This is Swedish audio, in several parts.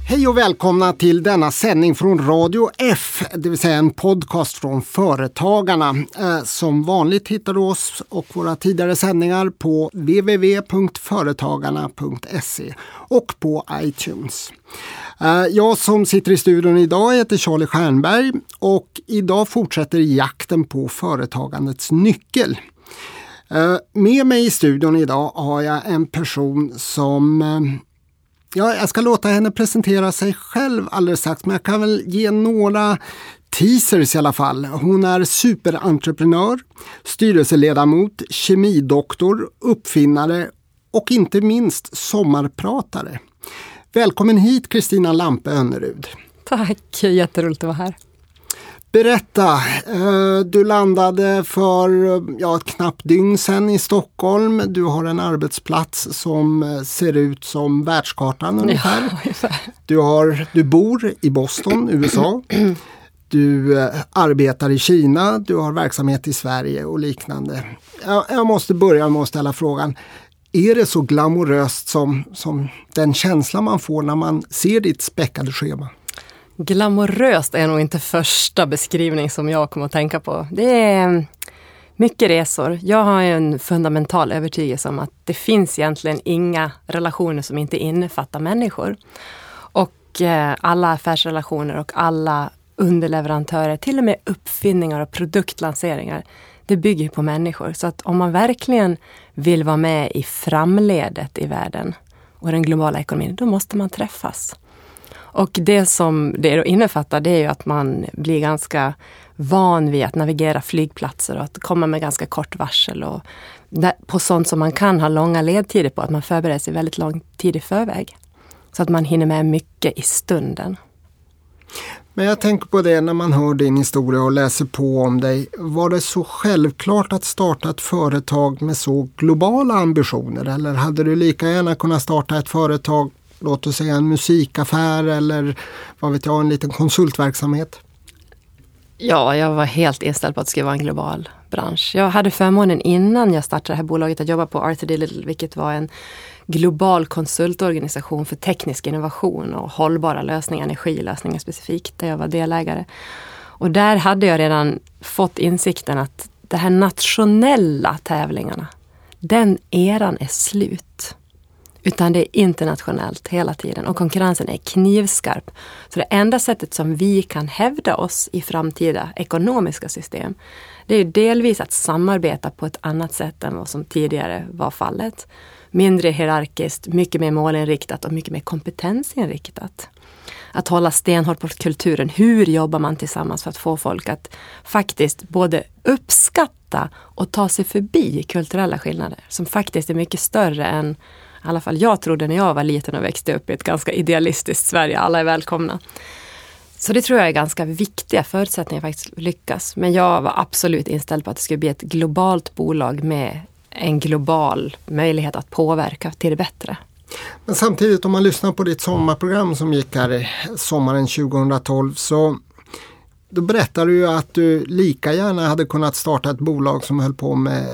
Hej och välkomna till denna sändning från Radio F, det vill säga en podcast från Företagarna. Som vanligt hittar du oss och våra tidigare sändningar på www.företagarna.se och på iTunes. Jag som sitter i studion idag heter Charlie Stjernberg och idag fortsätter jakten på företagandets nyckel. Med mig i studion idag har jag en person som... jag ska låta henne presentera sig själv alldeles strax, men jag kan väl ge några teasers i alla fall. Hon är superentreprenör, styrelseledamot, kemidoktor, uppfinnare och inte minst sommarpratare. Välkommen hit Kristina Lampe Önnerud. Tack, jätteroligt att vara här. Berätta, du landade för ett knappt dygn sedan i Stockholm. Du har en arbetsplats som ser ut som världskartan ungefär. Ja, du bor i Boston, USA. Du arbetar i Kina, du har verksamhet i Sverige och liknande. Jag måste börja med att ställa frågan. Är det så glamoröst som den känsla man får när man ser ditt späckade schema? Glamoröst är nog inte första beskrivning som jag kommer att tänka på. Det är mycket resor. Jag har en fundamental övertygelse om att det finns egentligen inga relationer som inte innefattar människor. Och alla affärsrelationer och alla underleverantörer, till och med uppfinningar och produktlanseringar, det bygger på människor. Så att om man verkligen vill vara med i framledet i världen och den globala ekonomin, då måste man träffas. Och det som det då innefattar, det är ju att man blir ganska van vid att navigera flygplatser och att komma med ganska kort varsel och på sånt som man kan ha långa ledtider på, att man förbereder sig väldigt lång tid i förväg. Så att man hinner med mycket i stunden. Men jag tänker på det när man hör din historia och läser på om dig. Var det så självklart att starta ett företag med så globala ambitioner? Eller hade du lika gärna kunnat starta ett företag, låt oss säga en musikaffär eller vad vet jag, en liten konsultverksamhet? Ja, jag var helt inställd på att det skulle vara en global bransch. Jag hade förmånen innan jag startade det här bolaget att jobba på Arthur D. Little, vilket var en global konsultorganisation för teknisk innovation och hållbara lösningar, energilösningar specifikt, där jag var delägare. Och där hade jag redan fått insikten att de här nationella tävlingarna, den eran är slut. Utan det är internationellt hela tiden och konkurrensen är knivskarp. Så det enda sättet som vi kan hävda oss i framtida ekonomiska system, det är delvis att samarbeta på ett annat sätt än vad som tidigare var fallet. Mindre hierarkiskt, mycket mer målinriktat och mycket mer kompetensinriktat. Att hålla stenhårt på kulturen. Hur jobbar man tillsammans för att få folk att faktiskt både uppskatta och ta sig förbi kulturella skillnader som faktiskt är mycket större än i alla fall jag trodde när jag var liten och växte upp i ett ganska idealistiskt Sverige. Alla är välkomna. Så det tror jag är ganska viktiga förutsättningar att faktiskt lyckas. Men jag var absolut inställd på att det skulle bli ett globalt bolag med en global möjlighet att påverka till det bättre. Men samtidigt om man lyssnar på ditt sommarprogram som gick här sommaren 2012 så då berättar du ju att du lika gärna hade kunnat starta ett bolag som höll på med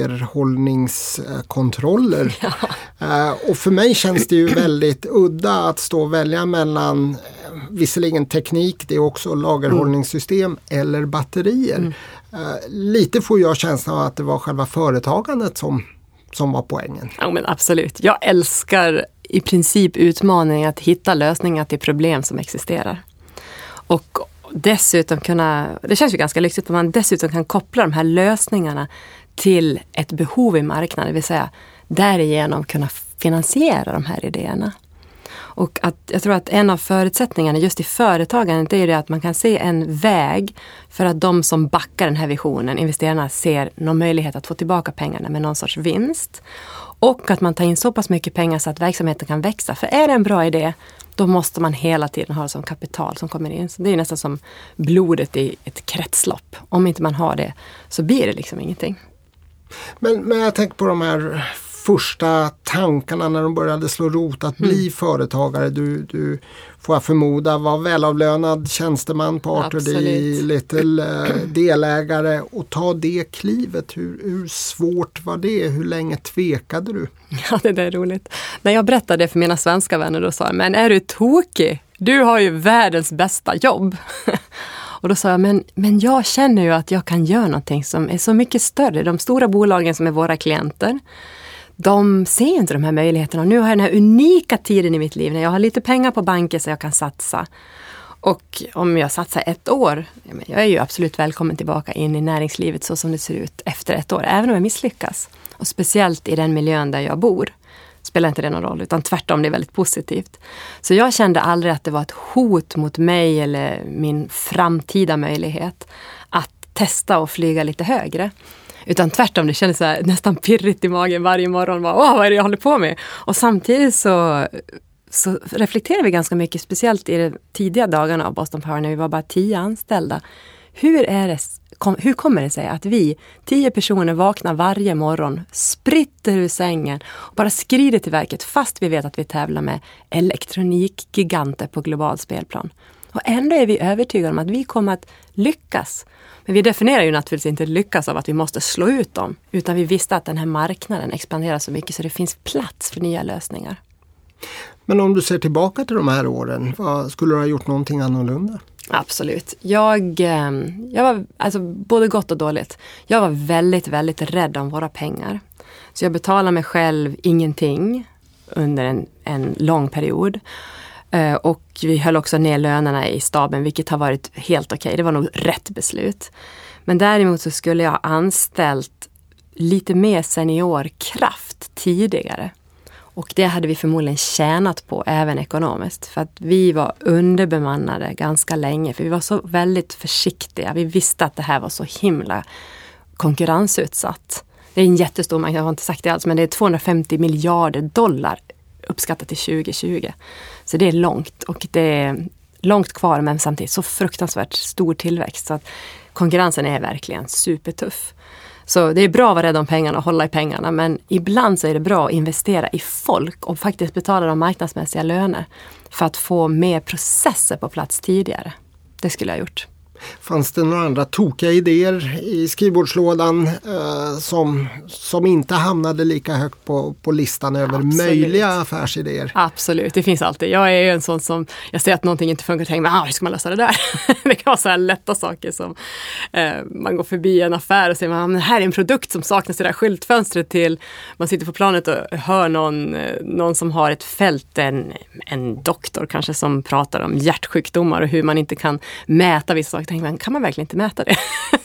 lagerhållningskontroller. Ja. Och för mig känns det ju väldigt udda att stå och välja mellan visserligen teknik, det är också lagerhållningssystem eller batterier. Lite får jag känslan av att det var själva företagandet som var poängen. Ja, men absolut. Jag älskar i princip utmaningen att hitta lösningar till problem som existerar. Och dessutom det känns ju ganska lyxigt om man dessutom kan koppla de här lösningarna till ett behov i marknaden, det vill säga därigenom kunna finansiera de här idéerna. Och jag tror att en av förutsättningarna just i företagandet är det att man kan se en väg för att de som backar den här visionen, investerarna, ser någon möjlighet att få tillbaka pengarna med någon sorts vinst. Och att man tar in så pass mycket pengar så att verksamheten kan växa. För är det en bra idé, då måste man hela tiden ha det som kapital som kommer in. Så det är nästan som blodet i ett kretslopp. Om inte man har det så blir det liksom ingenting. Men jag tänker på de här första tankarna när de började slå rot att bli företagare? Du får jag förmoda var välavlönad tjänsteman på Arthur D. Little, delägare, och ta det klivet. Hur svårt var det? Hur länge tvekade du? Ja, det är roligt. När jag berättade för mina svenska vänner då sa jag, men är du tokig? Du har ju världens bästa jobb. Och då sa jag, men jag känner ju att jag kan göra någonting som är så mycket större. De stora bolagen som är våra klienter, de ser inte de här möjligheterna. Och nu har jag den här unika tiden i mitt liv när jag har lite pengar på banken så jag kan satsa. Och om jag satsar 1 år, jag är ju absolut välkommen tillbaka in i näringslivet så som det ser ut efter 1 år, även om jag misslyckas. Och speciellt i den miljön där jag bor spelar inte det någon roll, utan tvärtom, det är väldigt positivt. Så jag kände aldrig att det var ett hot mot mig eller min framtida möjlighet att testa och flyga lite högre. Utan tvärtom, det kändes så här, nästan pirrigt i magen varje morgon. Vad är det jag håller på med? Och samtidigt så reflekterar vi ganska mycket, speciellt i de tidiga dagarna av Boston Power när vi var bara 10 anställda. Hur kommer det sig att vi 10 personer vaknar varje morgon, spritter ur sängen och bara skrider till verket fast vi vet att vi tävlar med elektronikgiganter på global spelplan. Och ändå är vi övertygade om att vi kommer att lyckas. Men vi definierar ju naturligtvis inte lyckas av att vi måste slå ut dem, utan vi visste att den här marknaden expanderar så mycket så det finns plats för nya lösningar. Men om du ser tillbaka till de här åren, skulle du ha gjort någonting annorlunda? Absolut. Jag var, alltså både gott och dåligt. Jag var väldigt, väldigt rädd om våra pengar. Så jag betalade mig själv ingenting under en lång period. Och vi höll också ner lönerna i staben, vilket har varit helt okej. Det var nog rätt beslut. Men däremot så skulle jag ha anställt lite mer seniorkraft tidigare. Och det hade vi förmodligen tjänat på även ekonomiskt. För att vi var underbemannade ganska länge. För vi var så väldigt försiktiga. Vi visste att det här var så himla konkurrensutsatt. Det är en jättestor marknad, jag har inte sagt det alls. Men det är 250 miljarder dollar uppskattat till 2020. Så det är långt. Och det är långt kvar men samtidigt så fruktansvärt stor tillväxt. Så att konkurrensen är verkligen supertuff. Så det är bra att vara rädd om pengarna och hålla i pengarna, men ibland så är det bra att investera i folk och faktiskt betala de marknadsmässiga löner för att få mer processer på plats tidigare. Det skulle jag ha gjort. Fanns det några andra tokiga idéer i skrivbordslådan som inte hamnade lika högt på listan över möjliga affärsidéer? Absolut, det finns alltid. Jag är en sån som, jag ser att någonting inte funkar och tänker, hur ska man lösa det där? Det kan vara så här lätta saker som man går förbi en affär och säger, men här är en produkt som saknas i det här skyltfönstret till, man sitter på planet och hör någon som har ett fält, en doktor kanske som pratar om hjärtsjukdomar och hur man inte kan mäta vissa saker. Men kan man verkligen inte mäta det?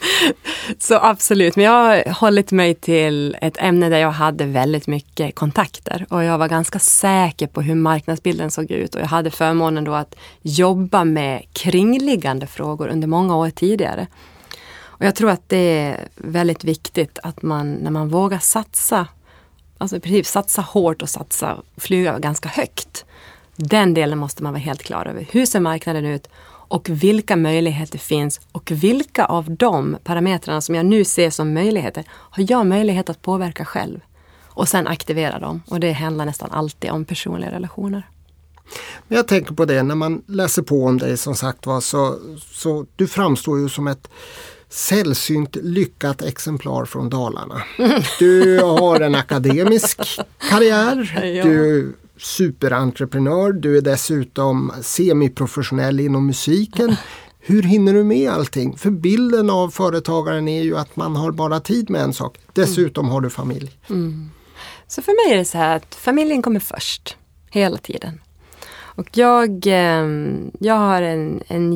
Så absolut, men jag har hållit mig till ett ämne där jag hade väldigt mycket kontakter och jag var ganska säker på hur marknadsbilden såg ut och jag hade förmånen då att jobba med kringliggande frågor under många år tidigare. Och jag tror att det är väldigt viktigt att man, när man vågar satsa, alltså i princip satsa hårt och flyga ganska högt, den delen måste man vara helt klar över. Hur ser marknaden ut? Och vilka möjligheter finns och vilka av de parametrarna som jag nu ser som möjligheter har jag möjlighet att påverka själv och sen aktivera dem. Och det handlar nästan alltid om personliga relationer. Men jag tänker på det när man läser på om dig som sagt var så du framstår ju som ett sällsynt lyckat exemplar från Dalarna. Du har en akademisk karriär, ja. Du superentreprenör, du är dessutom semiprofessionell inom musiken. Hur hinner du med allting? För bilden av företagaren är ju att man har bara tid med en sak. Dessutom har du familj. Mm. Så för mig är det så här att familjen kommer först, hela tiden. Och jag har en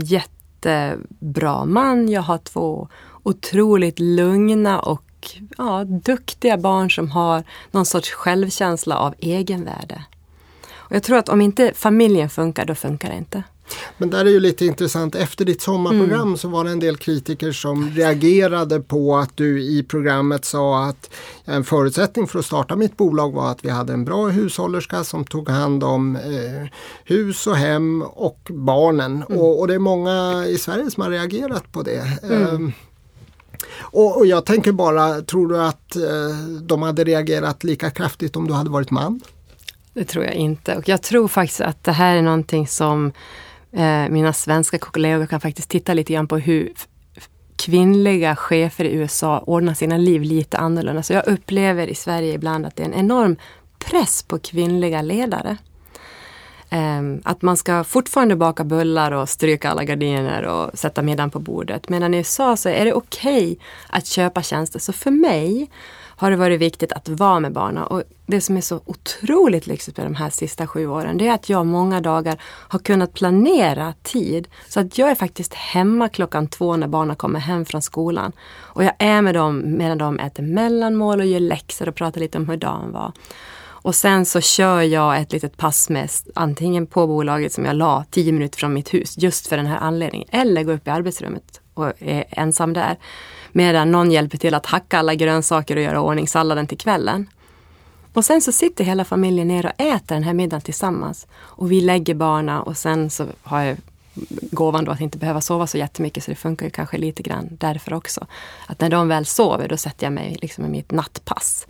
jättebra man, jag har 2 otroligt lugna och duktiga barn som har någon sorts självkänsla av egenvärde. Och jag tror att om inte familjen funkar, då funkar det inte. Men där är ju lite intressant. Efter ditt sommarprogram så var det en del kritiker som reagerade på att du i programmet sa att en förutsättning för att starta mitt bolag var att vi hade en bra hushållerska som tog hand om hus och hem och barnen. Och det är många i Sverige som har reagerat på det. Och jag tänker bara, tror du att de hade reagerat lika kraftigt om du hade varit man? Det tror jag inte. Och jag tror faktiskt att det här är någonting som mina svenska kollegor kan faktiskt titta lite grann på hur kvinnliga chefer i USA ordnar sina liv lite annorlunda. Så jag upplever i Sverige ibland att det är en enorm press på kvinnliga ledare. Att man ska fortfarande baka bullar och stryka alla gardiner och sätta middagen på bordet. Medan i USA så är det okej att köpa tjänster. Så för mig har det varit viktigt att vara med barnen. Och det som är så otroligt lyxigt med de här sista 7 åren, det är att jag många dagar har kunnat planera tid. Så att jag är faktiskt hemma 2:00 när barnen kommer hem från skolan. Och jag är med dem medan de äter mellanmål och gör läxor och pratar lite om hur dagen var. Och sen så kör jag ett litet pass med antingen på bolaget som jag la 10 minuter från mitt hus just för den här anledningen. Eller gå upp i arbetsrummet och är ensam där. Medan någon hjälper till att hacka alla grönsaker och göra ordning salladen till kvällen. Och sen så sitter hela familjen ner och äter den här middagen tillsammans. Och vi lägger barna och sen så har jag gåvan då att inte behöva sova så jättemycket, så det funkar ju kanske lite grann därför också. Att när de väl sover då sätter jag mig liksom i mitt nattpass.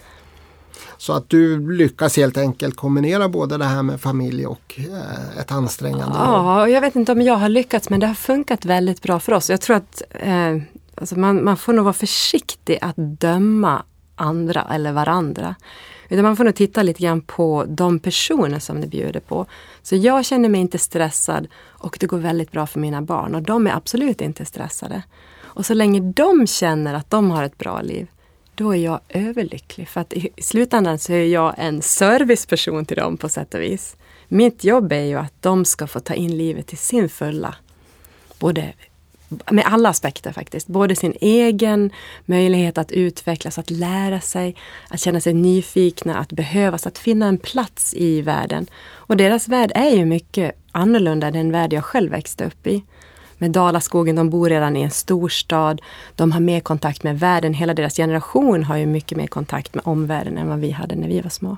Så att du lyckas helt enkelt kombinera både det här med familj och ett ansträngande. Ja, jag vet inte om jag har lyckats, men det har funkat väldigt bra för oss. Jag tror att alltså man får nog vara försiktig att döma andra eller varandra. Utan man får nog titta lite grann på de personer som det bjuder på. Så jag känner mig inte stressad och det går väldigt bra för mina barn. Och de är absolut inte stressade. Och så länge de känner att de har ett bra liv, då är jag överlycklig. För att i slutändan så är jag en serviceperson till dem på sätt och vis. Mitt jobb är ju att de ska få ta in livet till sin fulla. Både med alla aspekter faktiskt. Både sin egen möjlighet att utvecklas, att lära sig, att känna sig nyfikna, att behövas, att finna en plats i världen. Och deras värld är ju mycket annorlunda än den värld jag själv växte upp i. Med Dalaskogen, de bor redan i en storstad. De har mer kontakt med världen. Hela deras generation har ju mycket mer kontakt med omvärlden än vad vi hade när vi var små.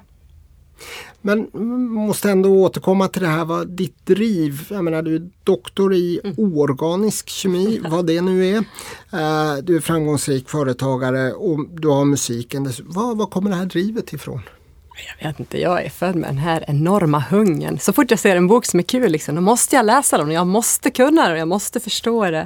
Men måste ändå återkomma till det här, vad ditt driv, jag menar du är doktor i organisk kemi, vad det nu är. Du är framgångsrik företagare och du har musiken. Vad kommer det här drivet ifrån? Jag vet inte, jag är född med den här enorma hungern. Så fort jag ser en bok som är kul, liksom, då måste jag läsa den. Jag måste kunna det och jag måste förstå det.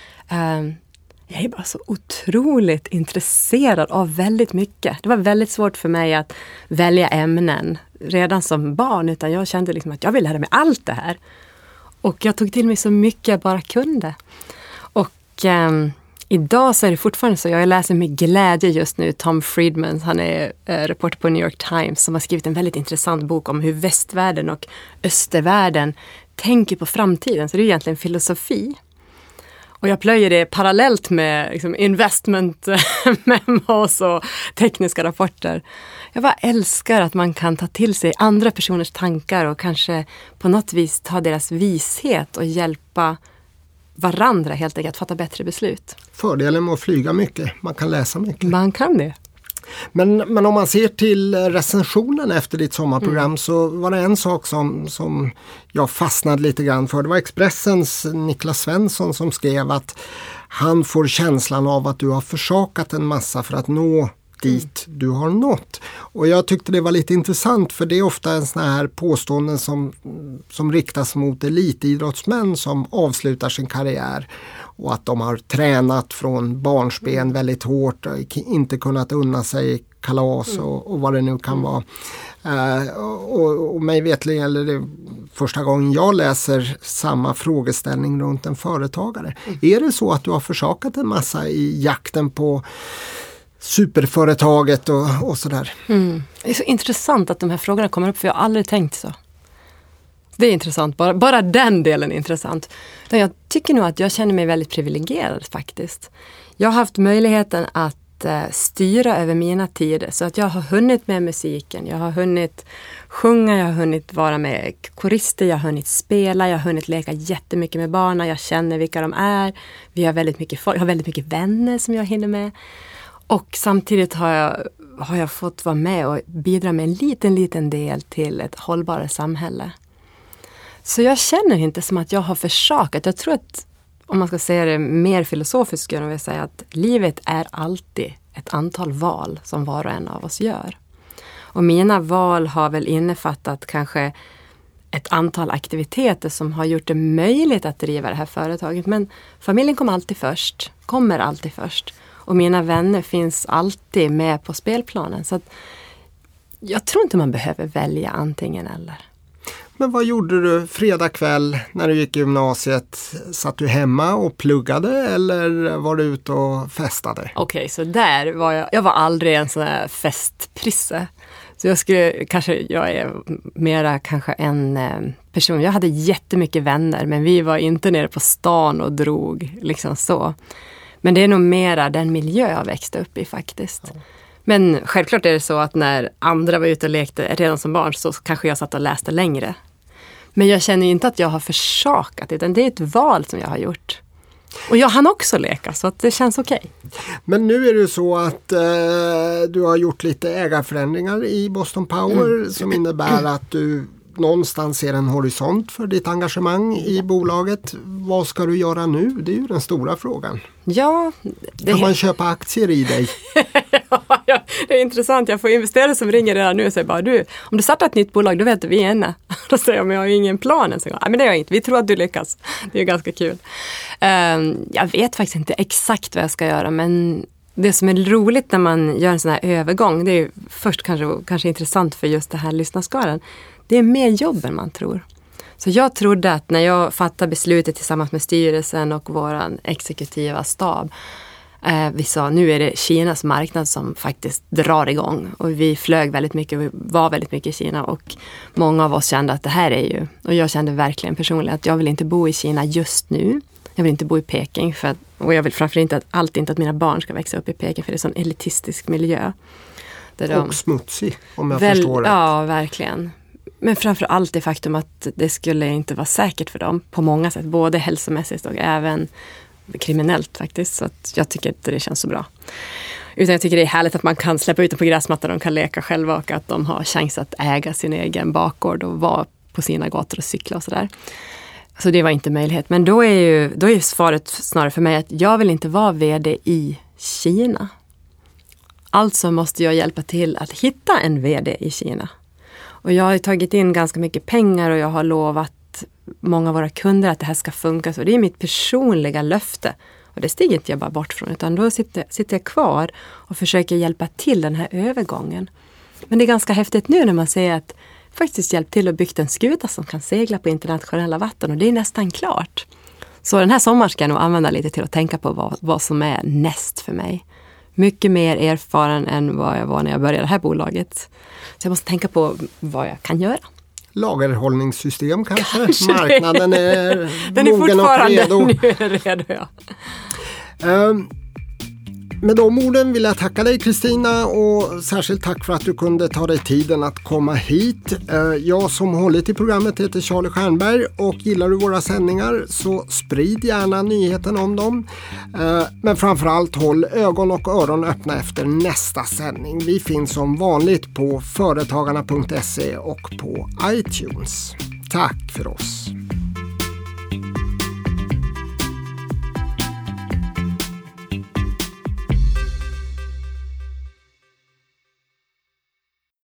Jag är bara så otroligt intresserad av väldigt mycket. Det var väldigt svårt för mig att välja ämnen redan som barn. Utan jag kände liksom att jag ville lära mig allt det här. Och jag tog till mig så mycket jag bara kunde. Och idag så är det fortfarande så. Jag läser med glädje just nu Tom Friedman. Han är reporter på New York Times som har skrivit en väldigt intressant bok om hur västvärlden och östvärlden tänker på framtiden. Så det är egentligen filosofi. Och jag plöjer det parallellt med liksom, investment memos och tekniska rapporter. Jag bara älskar att man kan ta till sig andra personers tankar och kanske på något vis ta deras vishet och hjälpa varandra helt enkelt att fatta bättre beslut. Fördelen med att flyga mycket, man kan läsa mycket. Man kan det. Men om man ser till recensionen efter ditt sommarprogram så var det en sak som jag fastnade lite grann för. Det var Expressens Niklas Svensson som skrev att han får känslan av att du har försakat en massa för att nå dit du har nått. Och jag tyckte det var lite intressant, för det är ofta en sån här påståenden som riktas mot elitidrottsmän som avslutar sin karriär och att de har tränat från barnsben väldigt hårt och inte kunnat unna sig kalas och vad det nu kan vara. Och mig vetligen, eller det första gången jag läser samma frågeställning runt en företagare. Är det så att du har försakat en massa i jakten på superföretaget och sådär? Det är så intressant att de här frågorna kommer upp, för jag har aldrig tänkt så. Det är intressant, bara den delen är intressant. Jag tycker nog att jag känner mig väldigt privilegierad faktiskt. Jag har haft möjligheten att styra över mina tider, så att jag har hunnit med musiken, jag har hunnit sjunga, jag har hunnit vara med korister, jag har hunnit spela, jag har hunnit leka jättemycket med barnen, jag känner vilka de är, vi har väldigt mycket folk, jag har väldigt mycket vänner som jag hinner med. Och samtidigt har jag fått vara med och bidra med en liten del till ett hållbarare samhälle. Så jag känner inte som att jag har försakat. Jag tror att om man ska säga det mer filosofiskt, skulle jag vilja säga att livet är alltid ett antal val som var och en av oss gör. Och mina val har väl innefattat kanske ett antal aktiviteter som har gjort det möjligt att driva det här företaget. Men familjen kommer alltid först. Och mina vänner finns alltid med på spelplanen. Så att jag tror inte man behöver välja antingen eller. Men vad gjorde du fredag kväll när du gick i gymnasiet? Satt du hemma och pluggade eller var du ute och festade? Okej, så där var jag var aldrig en sån här festprisse. Så jag är mera kanske en person. Jag hade jättemycket vänner, men vi var inte nere på stan och drog liksom så. Men det är nog mera den miljö jag växte upp i faktiskt. Ja. Men självklart är det så att när andra var ute och lekte redan som barn så kanske jag satt och läste längre. Men jag känner inte att jag har försakat, utan det är ett val som jag har gjort. Och jag hann också leka, så att det känns okej. Men nu är det så att du har gjort lite ägarförändringar i Boston Power som innebär att du någonstans ser en horisont för ditt engagemang i bolaget. Vad ska du göra nu? Det är ju den stora frågan. Ja, kan man köpa aktier i dig? Ja, det är intressant. Jag får investerare som ringer redan nu och säger bara, om du startar ett nytt bolag, då vet du vi är inne. Då säger jag, men jag har ju ingen plan ens. Nej, men det har jag inte. Vi tror att du lyckas. Det är ju ganska kul. Jag vet faktiskt inte exakt vad jag ska göra, men det som är roligt när man gör en sån här övergång, det är först kanske intressant för just det här lyssnarskaran. Det är mer jobb än man tror. Så jag trodde att när jag fattade beslutet tillsammans med styrelsen och våran exekutiva stab, vi sa nu är det Kinas marknad som faktiskt drar igång. Och vi flög väldigt mycket, vi var väldigt mycket i Kina och många av oss kände att det här är ju, och jag kände verkligen personligen att jag vill inte bo i Kina just nu. Jag vill inte bo i Peking och jag vill framförallt inte att mina barn ska växa upp i Peking för det är en sån elitistisk miljö. Och smutsig, om jag förstår det. Ja, verkligen. Men framförallt det faktum att det skulle inte vara säkert för dem på många sätt. Både hälsomässigt och även kriminellt faktiskt. Så att jag tycker inte det känns så bra. Utan jag tycker det är härligt att man kan släppa ut dem på gräsmattan och de kan leka själva och att de har chans att äga sin egen bakgård och vara på sina gator och cykla och sådär. Så det var inte möjlighet. Men då är svaret snarare för mig att jag vill inte vara vd i Kina. Alltså måste jag hjälpa till att hitta en vd i Kina. Och jag har tagit in ganska mycket pengar och jag har lovat många av våra kunder att det här ska funka. Så det är mitt personliga löfte. Och det stiger inte jag bara bort från, utan då sitter jag kvar och försöker hjälpa till den här övergången. Men det är ganska häftigt nu när man ser att faktiskt hjälpt till och byggt en skuta som kan segla på internationella vatten och det är nästan klart. Så den här sommaren ska jag nog använda lite till att tänka på vad som är näst för mig. Mycket mer erfaren än vad jag var när jag började det här bolaget. Så jag måste tänka på vad jag kan göra. Lagerhållningssystem kanske? Marknaden är den mogen och redo. Nu är den redo, ja. Med de orden vill jag tacka dig Kristina och särskilt tack för att du kunde ta dig tiden att komma hit. Jag som hållit i programmet heter Charlie Stjernberg och gillar du våra sändningar så sprid gärna nyheten om dem. Men framförallt håll ögon och öron öppna efter nästa sändning. Vi finns som vanligt på företagarna.se och på iTunes. Tack för oss!